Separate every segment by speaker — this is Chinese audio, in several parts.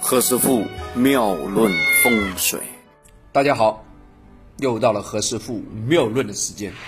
Speaker 1: 何师傅妙论风水。
Speaker 2: 大家好，又到了何师傅妙论的时间。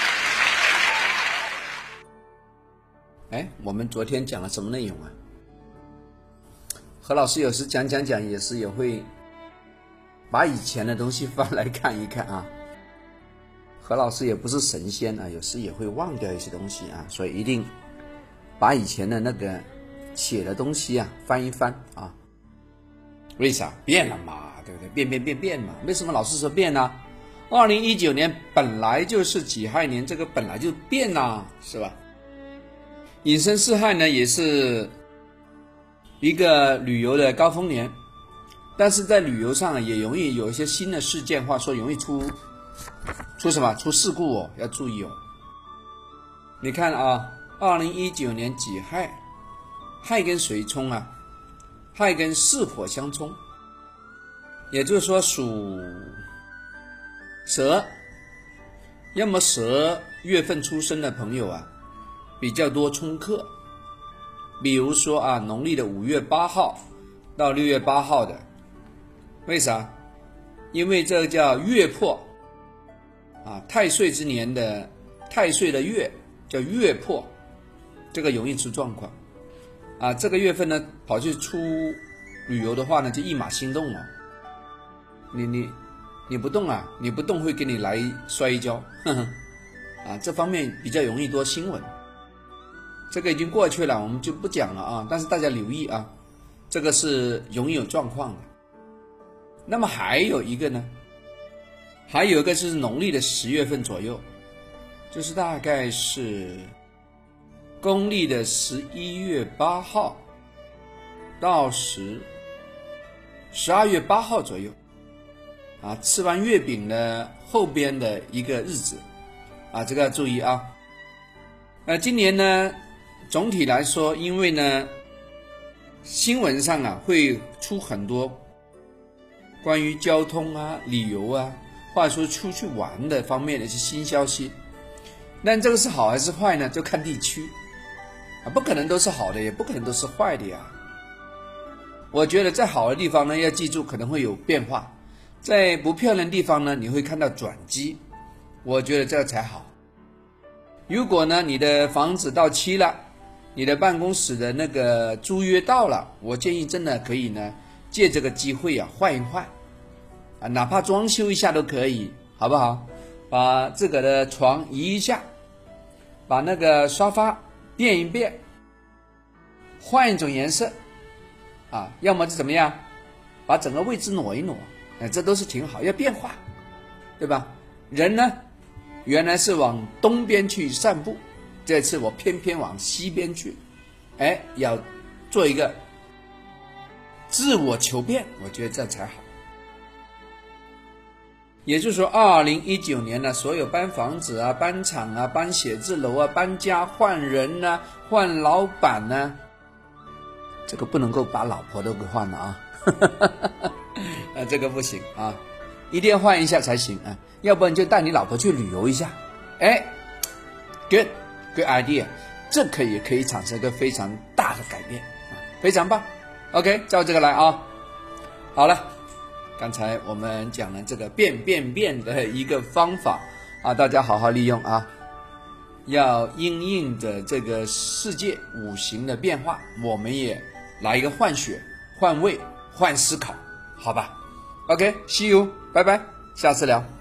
Speaker 2: 我们昨天讲了什么内容啊？何老师有时讲，也会把以前的东西翻来看一看啊。何老师也不是神仙啊，有时也会忘掉一些东西啊，所以一定把以前的那个写的东西啊翻一翻啊。为啥？变了嘛，对不对？变嘛。为什么老是说变呢？2019年本来就是己亥年，这个本来就变啦，是吧？寅申巳亥呢，也是一个旅游的高峰年，但是在旅游上也容易有一些新的事件，或者说容易出什么？出事故哦，要注意哦。你看啊，2019年己亥，亥跟谁冲啊？亥跟巳火相冲，也就是说属蛇，要么蛇月份出生的朋友啊，比较多冲克。比如说啊，农历的5月8号到6月8号的，为啥？因为这个叫月破啊，太岁之年的太岁的月叫月破，这个容易出状况啊。这个月份呢，跑去出旅游的话呢，就一马心动哦。你不动啊，你不动会给你来摔一跤，啊，这方面比较容易多新闻。这个已经过去了，我们就不讲了啊。但是大家留意啊，这个是容易有状况的。那么还有一个呢，还有一个是农历的10月份左右，就是大概是公历的11月8号到12月8号左右啊，吃完月饼的后边的一个日子啊，这个要注意啊。今年呢，总体来说，因为呢，新闻上啊会出很多关于交通啊、旅游啊，或者说出去玩的方面的一些新消息。但这个是好还是坏呢？就看地区啊，不可能都是好的，也不可能都是坏的呀。我觉得在好的地方呢，要记住可能会有变化；在不漂亮的地方呢，你会看到转机。我觉得这才好。如果呢，你的房子到期了，你的办公室的那个租约到了，我建议真的可以呢，借这个机会啊换一换啊，哪怕装修一下都可以，好不好？把自个的床移一下，把那个沙发变一变，换一种颜色啊，要么就怎么样，把整个位置挪一挪，这都是挺好，要变化，对吧？人呢，原来是往东边去散步，这次我偏偏往西边去，要做一个自我求变，我觉得这才好。也就是说2019年呢，所有搬房子啊、搬厂啊、搬写字楼啊、搬家换人啊、换老板啊，这个不能够把老婆都给换了啊这个不行啊，一定要换一下才行啊，要不然就带你老婆去旅游一下。good idea， 这可以产生一个非常大的改变啊，非常棒。OK， 照这个来啊。好了，刚才我们讲了这个变的一个方法啊，大家好好利用啊。要因应着这个世界五行的变化，我们也来一个换血、换位、换思考，好吧？OK，see you，拜拜，下次聊。